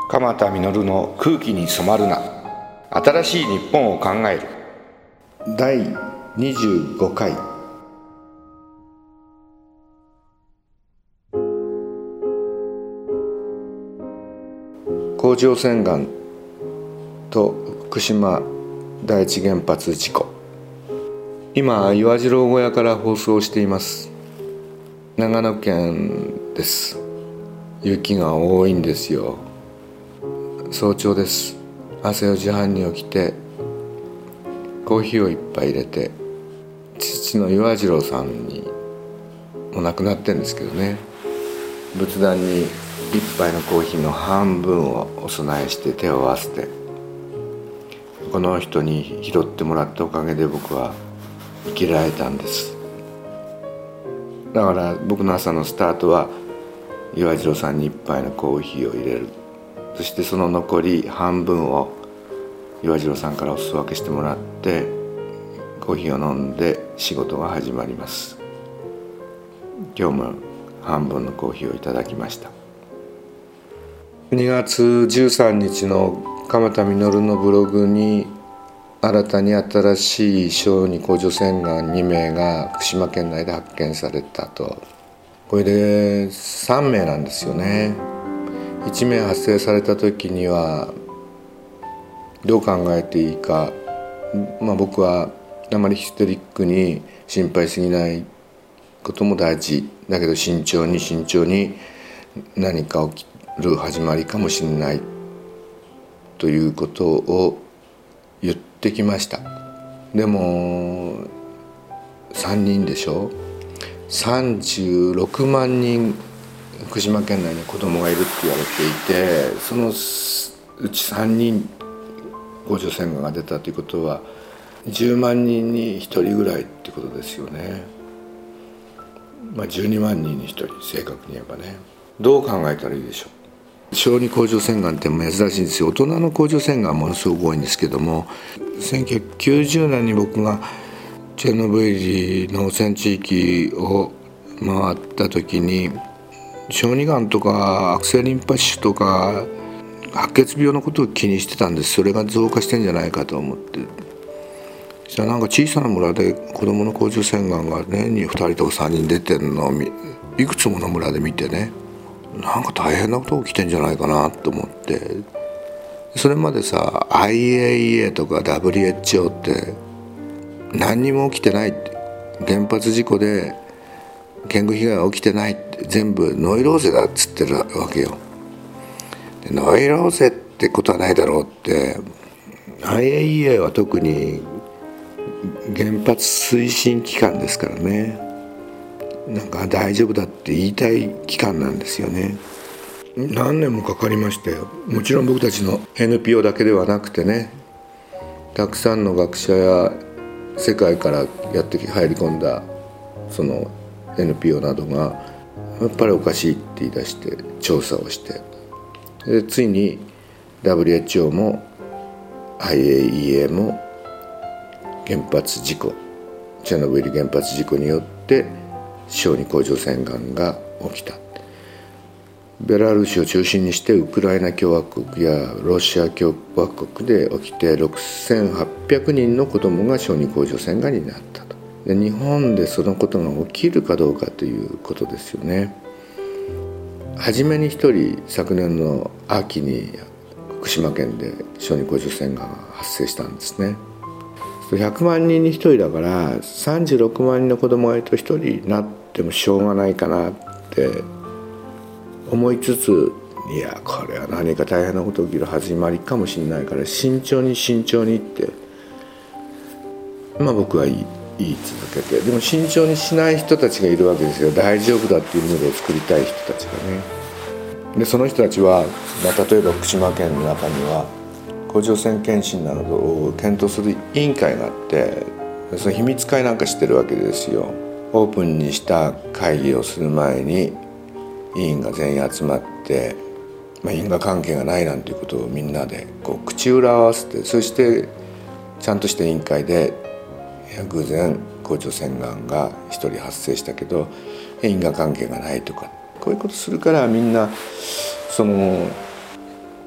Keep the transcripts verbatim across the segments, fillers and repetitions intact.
鎌田實の空気に染まるな、新しい日本を考える。だいにじゅうごかい。甲状腺がんと福島第一原発事故。今岩次郎小屋から放送しています。長野県です。雪が多いんですよ。早朝です。朝よじはんに起きてコーヒーを一杯入れて、父の岩次郎さんにもう亡くなってるんですけどね、仏壇に一杯のコーヒーの半分をお供えして手を合わせて、この人に拾ってもらったおかげで僕は生きられたんです。だから僕の朝のスタートは岩次郎さんに一杯のコーヒーを入れる。そしてその残り半分を岩次郎さんからお裾分けしてもらってコーヒーを飲んで仕事が始まります。今日も半分のコーヒーをいただきました。にがつじゅうさんにちの鎌田實のブログに、新たに新しい小児甲状腺がんにめいが福島県内で発見されたと。これでさんめいなんですよね。いちめい発生された時にはどう考えていいか、まあ、僕はあまりヒステリックに心配すぎないことも大事だけど、慎重に慎重に何か起きる始まりかもしれないということを言ってきました。でもさんにんでしょ。さんじゅうろくまんにん福島県内に子供がいるって言われていて、そのうちさんにん甲状腺がんが出たということはじゅうまんにんにひとりぐらいってことですよね。まあじゅうにまんにんにひとり、正確に言えばね。どう考えたらいいでしょう。小児甲状腺がんって珍しいんですよ。大人の甲状腺がんものすごく多いんですけども、せんきゅうひゃくきゅうじゅうねんに僕がチェルノブイリの汚染地域を回った時に、小児がんとか悪性リンパ腫とか白血病のことを気にしてたんです。それが増加してんじゃないかと思って。そしたらなんか小さな村で子どもの甲状腺がんが年にふたりとかさんにん出てるのをいくつもの村で見てね、なんか大変なことが起きてんじゃないかなと思って、それまでさ アイエーイーエー とか ダブリューエイチオー って何にも起きてないって、原発事故で健康被害が起きてないって、全部ノイローゼだっつってるわけよ。でノイローゼってことはないだろうって。 アイエーイーエー は特に原発推進機関ですからね、なんか大丈夫だって言いたい機関なんですよね。何年もかかりましたよ。もちろん僕たちの エヌピーオー だけではなくてね、たくさんの学者や世界からやって入り込んだその エヌピーオー などがやっぱりおかしいって言い出して調査をして、でついに ダブリューエイチオー も アイエーイーエー も原発事故、チェルノブイリ原発事故によって小児甲状腺がんが起きた。ベラルーシを中心にしてウクライナ共和国やロシア共和国で起きてろくせんはっぴゃくにんの子どもが小児甲状腺がんになったと。で日本でそのことが起きるかどうかということですよね。初めに一人昨年の秋に福島県で小児甲状腺がんが発生したんですね。ひゃくまんにんにひとりだからさんじゅうろくまんにんの子供がいるとひとりになってもしょうがないかなって思いつつ、いやこれは何か大変なこと起きる始まりかもしれないから慎重に慎重にってまあ僕は言い言い続けて、でも慎重にしない人たちがいるわけですよ。大丈夫だっていうムードを作りたい人たちがね。でその人たちは、まあ、例えば福島県の中には甲状腺検診などを検討する委員会があって、その秘密会なんかしてるわけですよ。オープンにした会議をする前に委員が全員集まって、まあ、因果関係がないなんていうことをみんなでこう口裏を合わせて、そしてちゃんとした委員会で偶然甲状腺がんがひとり発生したけど因果関係がないとか、こういうことするからみんなその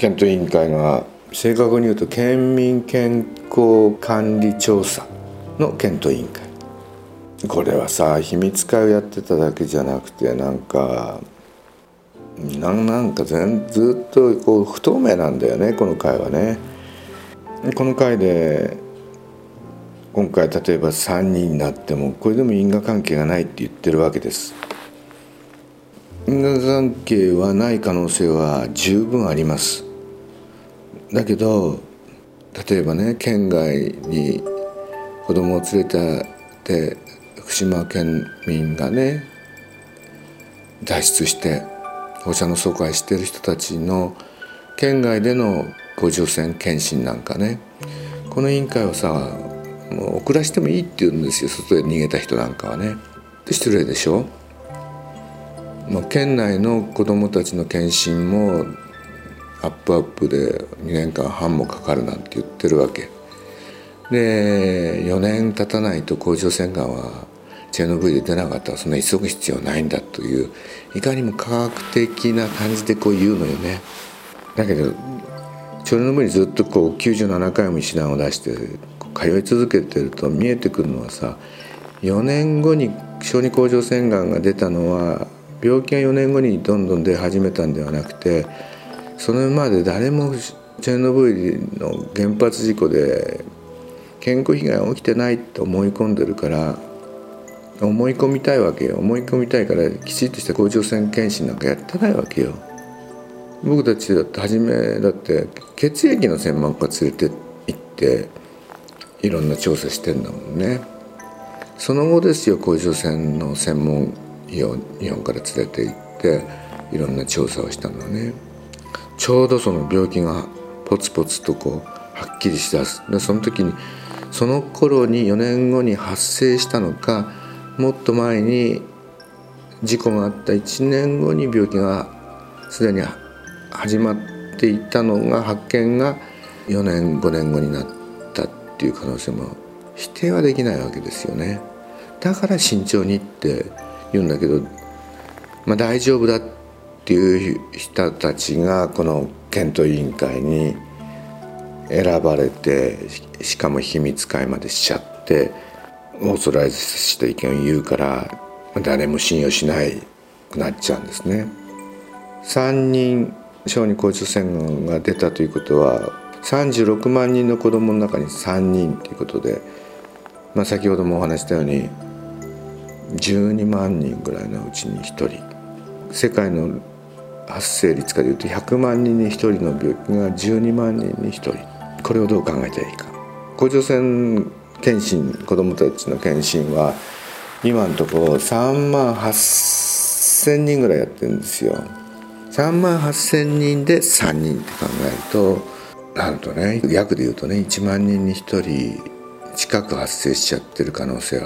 検討委員会が正確に言うと県民健康管理調査の検討委員会。これはさ、秘密会をやってただけじゃなくて、なんかなんか全ずっとこう不透明なんだよね、この会はね。この会で今回例えばさんにんになってもこれでも因果関係がないって言ってるわけです。因果関係はない可能性は十分あります。だけど例えばね、県外に子供を連れて福島県民がね脱出して放射能疎開してる人たちの県外での甲状腺検診なんかね、この委員会はさ、もう遅らしてもいいって言うんですよ、外へ逃げた人なんかはね。失礼でしょ。もう県内の子どもたちの検診もアップアップでにねんかんはんもかかるなんて言ってるわけで、よねん経たないと甲状腺がんはチェルノブイリで出なかったらそんな急ぐ必要ないんだという、いかにも科学的な感じでこう言うのよね。だけどチェルノブイリずっとこうきゅうじゅうななかいも医師団を出して通い続けてると見えてくるのはさ、よねんごに小児甲状腺がんが出たのは病気がよねんごにどんどん出始めたんではなくて、そのまで誰もチェルノブイリの原発事故で健康被害が起きてないと思い込んでるから、思い込みたいわけよ。思い込みたいからきちっとした甲状腺検診なんかやってないわけよ。僕たちだって初めだって血液の専門家連れて行っていろんな調査してんだもんね。その後ですよ、甲状腺の専門医を日本から連れて行っていろんな調査をしたのね。ちょうどその病気がポツポツとこうはっきりしだす。でその時にその頃によねんごに発生したのか、もっと前に事故があったいちねんごに病気がすでに始まっていたのが発見がよねんごねんごになったっていう可能性も否定はできないわけですよね。だから慎重にって言うんだけど、まあ、大丈夫だっていう人たちがこの検討委員会に選ばれて、しかも秘密会までしちゃってオーソライズした意見を言うから誰も信用しないくなっちゃうんですね。さんにん小児甲状腺がんが出たということはさんじゅうろくまんにんの子どもの中にさんにんということで、まあ、先ほどもお話したようにじゅうにまんにんぐらいのうちにひとり、世界の発生率からいうとひゃくまんにんにひとりの病気がじゅうにまんにんにひとり。これをどう考えたらいいか。甲状腺検診、子どもたちの検診は今のところさんまんはっせんにんぐらいやってるんですよ。さんまんはっせんにんでさんにんって考えると、なんとね、約で言うとねいちまんにんにひとり近く発生しちゃってる可能性があって、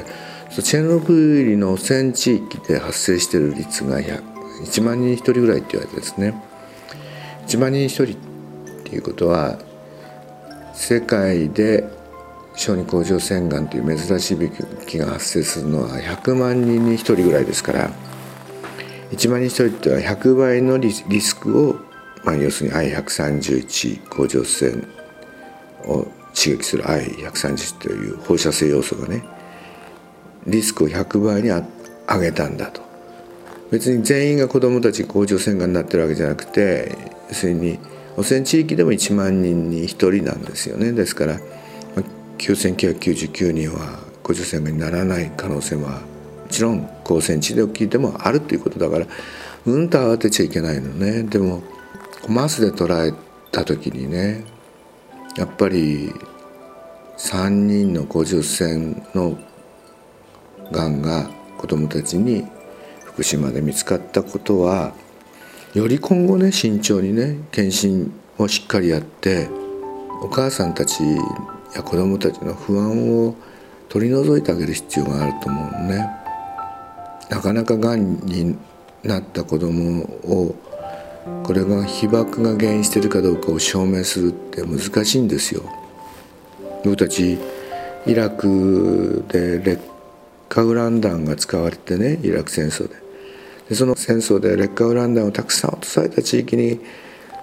チェルノブイリの汚染地域で発生している率がいちまんにんにひとりぐらいって言われてですね、いちまんにんにひとりっていうことは世界で小児甲状腺がんという珍しい病気が発生するのはひゃくまんにんにひとりぐらいですから、いちまんにんにひとりってはひゃくばいのリスクを、まあ、要するに アイひゃくさんじゅういち 甲状腺を刺激する アイひゃくさんじゅういち という放射性要素がね、リスクをひゃくばいに上げたんだと。別に全員が子どもたち甲状腺がんになってるわけじゃなくて、要するに汚染地域でもいちまんにんにひとりなんですよね。ですからきゅうせんきゅうひゃくきゅうじゅうきゅうにんは甲状腺がんにならない可能性はもちろん高泉地で起きてもあるということだから、うんと慌てちゃいけないのね。でもマスで捉えた時にね、やっぱりさんにんの甲状腺のがんが子どもたちに福島で見つかったことは、より今後ね慎重にね検診をしっかりやって、お母さんたちや子どもたちの不安を取り除いてあげる必要があると思うのね。なかなかがんになった子どもをこれが被爆が原因しているかどうかを証明するって難しいんですよ。僕たちイラクで劣化ウラン弾が使われてね、イラク戦争ででその戦争で劣化ウラン弾をたくさん落とされた地域に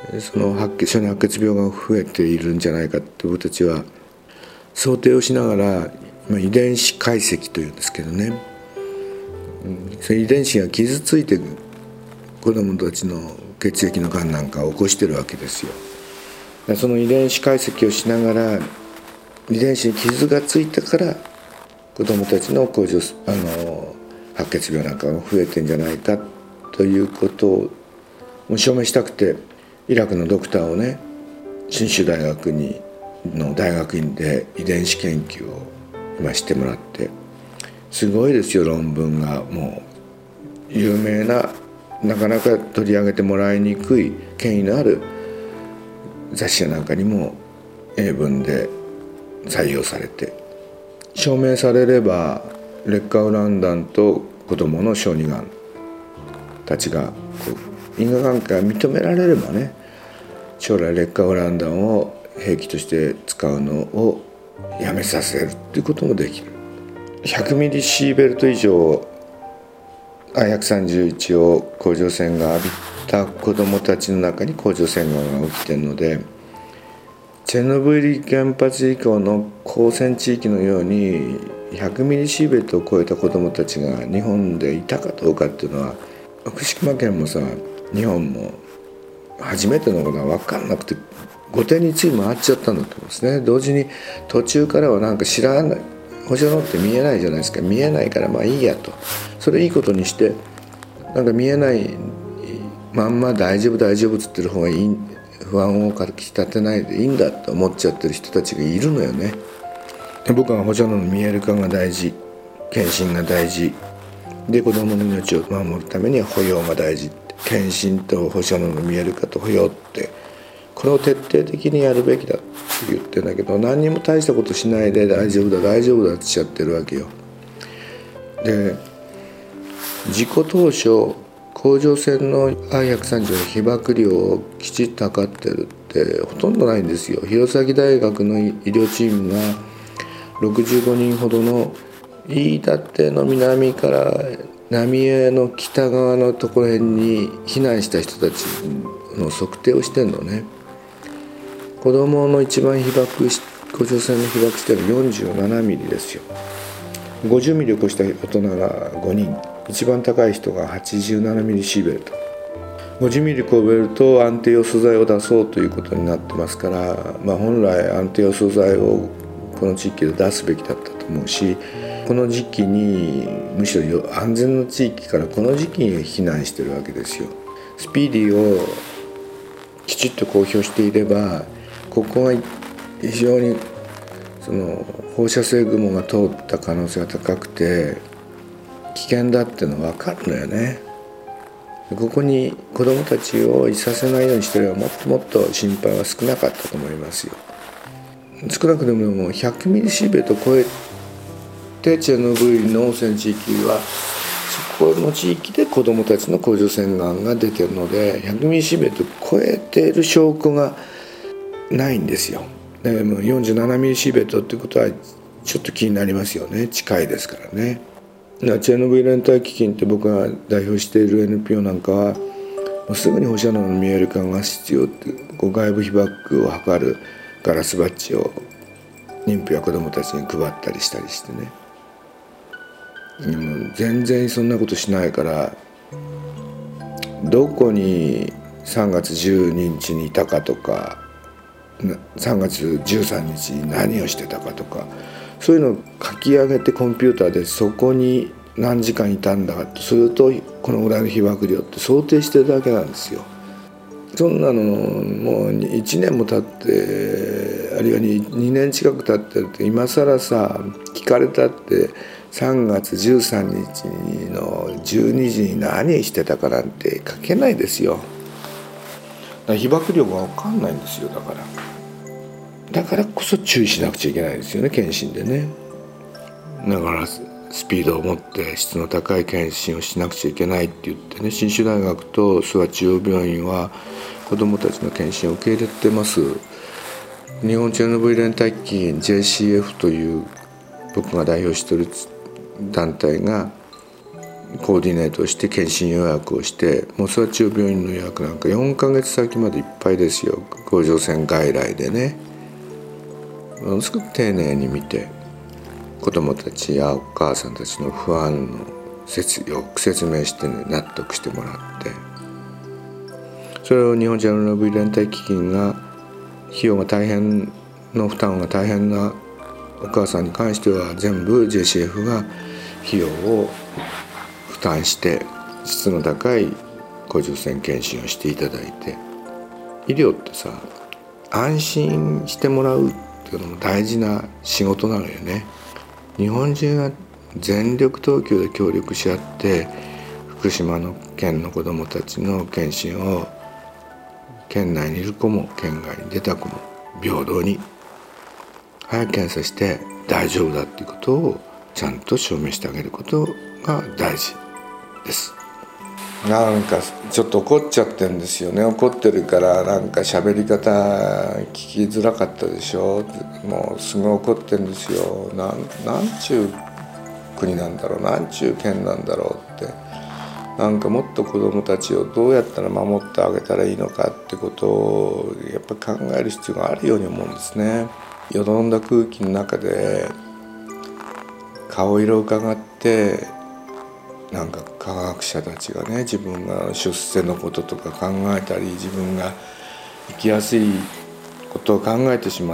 その白血小児白血病が増えているんじゃないかって僕たちは想定をしながら今遺伝子解析というんですけどね、その遺伝子が傷ついて子どもたちの血液のがんなんかを起こしてるわけですよ。その遺伝子解析をしながら遺伝子に傷がついたから子どもたちの甲状あの白血病なんかが増えてんじゃないかということを証明したくてイラクのドクターをね信州大学にの大学院で遺伝子研究を今してもらって、すごいですよ論文が。もう有名ななかなか取り上げてもらいにくい権威のある雑誌なんかにも英文で採用されて、証明されれば劣化ウラン弾と子どもの小児がんたちが因果関係が認められればね、将来劣化ウラン弾を兵器として使うのをやめさせるっていうこともできる。ひゃくミリシーベルト以上 アイひゃくさんじゅういち を甲状腺が浴びた子どもたちの中に甲状腺がんが起きているので、チェルノブイリ原発以降の交戦地域のようにひゃくミリシーベルトを超えた子どもたちが日本でいたかどうかっていうのは、福島県もさ日本も初めてのことが分かんなくて後手につい回っちゃったんだと思うんですね。同時に途中からはなんか知らない、星のって見えないじゃないですか。見えないからまあいいやと、それいいことにしてなんか見えないまんま大丈夫大丈夫っつってる方がいい、不安をかきたてないでいいんだと思っちゃってる人たちがいるのよね。で僕は放射能の見える化が大事、検診が大事で、子どもの命を守るためには保養が大事、検診と放射能の見える化と保養ってこれを徹底的にやるべきだって言ってるんだけど、何にも大したことしないで大丈夫だ大丈夫だってしちゃってるわけよ。で事故当初甲状腺の アイひゃくさんじゅう の被曝量をきちっと測ってるってほとんどないんですよ。弘前大学の医療チームがろくじゅうごにんほどの飯舘の南から浪江の北側のところへんに避難した人たちの測定をしてんのね。子どもの一番被曝し甲状腺の被曝してるのよんじゅうななミリですよ。ごじゅうミリを超した大人がごにん、一番高い人がはちじゅうななミリシーベルト。ごじゅうミリ超えると安定ヨ素剤を出そうということになってますから、まあ、本来安定ヨ素剤をこの地域で出すべきだったと思うし、この時期にむしろ安全な地域からこの時期に避難してるわけですよ。スピーディーをきちっと公表していれば、ここが非常にその放射性雲が通った可能性が高くて危険だっていうのは分かるのよね。ここに子どもたちをいさせないようにしてればもっともっと心配は少なかったと思いますよ。少なくともひゃくミリシーベルトを超えてチェルノブイリの汚染地域はそこの地域で子どもたちの甲状腺がんが出てるので、ひゃくミリシーベルトを超えている証拠がないんですよ。でもよんじゅうななミリシーベルトっていうことはちょっと気になりますよね。近いですからね。チェルノブイリ連帯基金って僕が代表している エヌピーオー なんかはもうすぐに放射能の見える化が必要ってこう外部被曝を測るガラスバッジを妊婦や子どもたちに配ったりしたりしてね。でも全然そんなことしないから、どこにさんがつじゅうににちにいたかとかさんがつじゅうさんにちに何をしてたかとか、そういうのを書き上げてコンピューターでそこに何時間いたんだとするとこのぐらいの被曝量って想定してるだけなんですよ。そんなのもういちねんも経ってあるいは 2, 2年近く経ってると今更さ聞かれたってさんがつじゅうさんにちのじゅうにじに何してたかなんて書けないですよ。だから被曝量が分かんないんですよ。だからだからこそ注意しなくちゃいけないですよね、検診でね。だからスピードを持って質の高い検診をしなくちゃいけないって言ってね、信州大学と諏訪中央病院は子どもたちの検診を受け入れてます。日本チェルノブイリ連帯基金 ジェーシーエフ という僕が代表している団体がコーディネートして検診予約をして、もう諏訪中病院の予約なんかよんかげつ先までいっぱいですよ。甲状腺外来でね、ものすごく丁寧に見て、子どもたちやお母さんたちの不安の説よく説明して、ね、納得してもらって、それを日本チェルノブイリ連帯基金が費用が大変の負担が大変なお母さんに関しては全部 ジェーシーエフ が費用を負担して質の高い甲状腺検診をしていただいて、医療ってさ、安心してもらうっていうのも大事な仕事なのよね。日本中が全力投球で協力し合って福島の県の子どもたちの検診を県内にいる子も県外に出た子も平等に早く検査して大丈夫だっていうことをちゃんと証明してあげることが大事です。なんかちょっと怒っちゃってるんですよね。怒ってるからなんか喋り方聞きづらかったでしょ。もうすごい怒ってるんですよ。なん、なんちゅう国なんだろう、なんちゅう県なんだろうって、なんかもっと子どもたちをどうやったら守ってあげたらいいのかってことをやっぱ考える必要があるように思うんですね。よどんだ空気の中で顔色を伺って、なんか科学者たちがね、自分が出世のこととか考えたり、自分が生きやすいことを考えてしまって、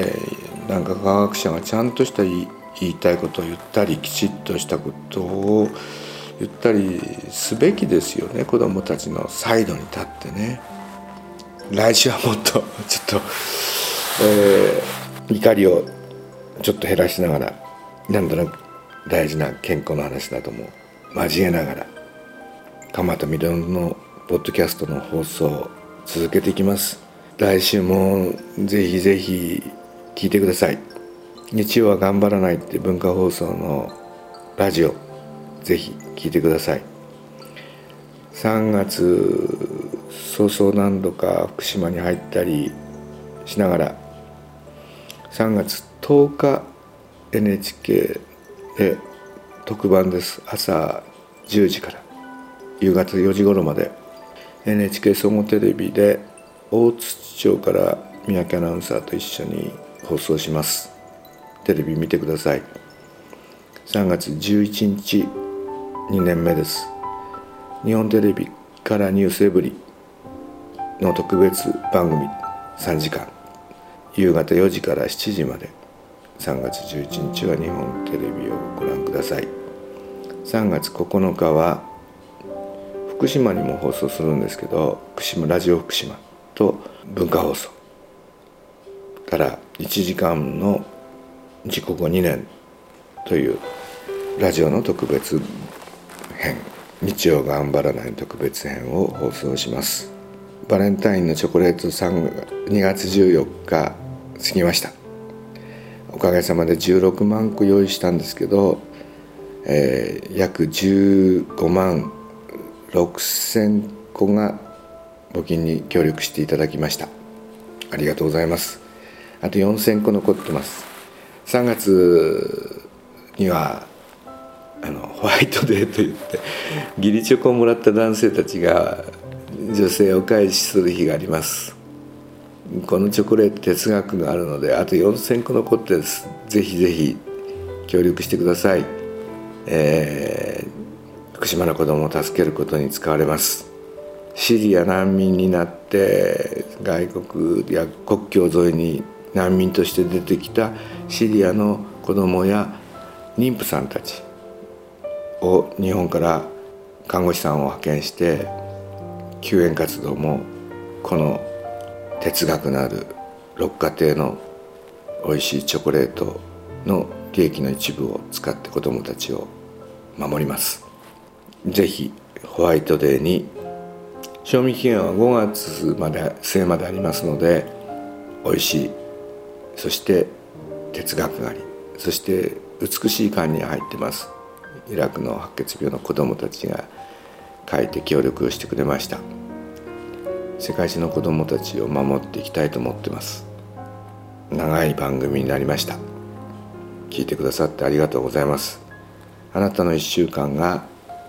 なんか科学者がちゃんとした言い、言いたいことを言ったり、きちっとしたことを言ったりすべきですよね。子どもたちのサイドに立ってね。来週はもっとちょっと、えー、怒りをちょっと減らしながら、なんとなく大事な健康の話なども交えながら、鎌田みどるのポッドキャストの放送を続けていきます。来週もぜひぜひ聞いてください。日曜は頑張らないって文化放送のラジオ、ぜひ聞いてください。さんがつ早々何度か福島に入ったりしながら、さんがつとおか エヌエイチケー で特番です。朝じゅうじから夕方よじ頃まで エヌエイチケー 総合テレビで大槌町から三宅アナウンサーと一緒に放送します。テレビ見てください。さんがつじゅういちにちにねんめです。日本テレビからニュースエブリの特別番組さんじかん、夕方よじからしちじまで、さんがつじゅういちにちは日本テレビをご覧ください。さんがつここのかは福島にも放送するんですけど、福島ラジオ福島と文化放送からいちじかんの事故後にねんというラジオの特別編、日曜頑張らない特別編を放送します。バレンタインのチョコレートにがつじゅうよっか過ぎました。おかげさまでじゅうろくまんこ用意したんですけど、えー、約じゅうごまんろくせんこが募金に協力していただきました。ありがとうございます。あとよんせんこ残ってます。さんがつにはあのホワイトデーといって義理チョコをもらった男性たちが女性を返しする日があります。このチョコレート哲学があるので、あとよんせんこ残ってです。ぜひぜひ協力してください。えー、福島の子どもを助けることに使われます。シリア難民になって外国や国境沿いに難民として出てきたシリアの子どもや妊婦さんたちを日本から看護師さんを派遣して救援活動も、この哲学のある六花亭の美味しいチョコレートの利益の一部を使って子どもたちを守ります。ぜひホワイトデーに、賞味期限はごがつまで末までありますので、美味しい、そして哲学があり、そして美しい缶に入ってます。イラクの白血病の子どもたちが書いて協力をしてくれました。世界中の子どもたちを守っていきたいと思ってます。長い番組になりました。聞いてくださってありがとうございます。あなたのいっしゅうかんが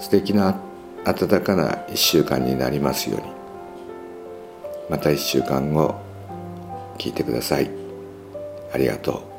素敵な暖かないっしゅうかんになりますように。またいっしゅうかんご聞いてください。ありがとう。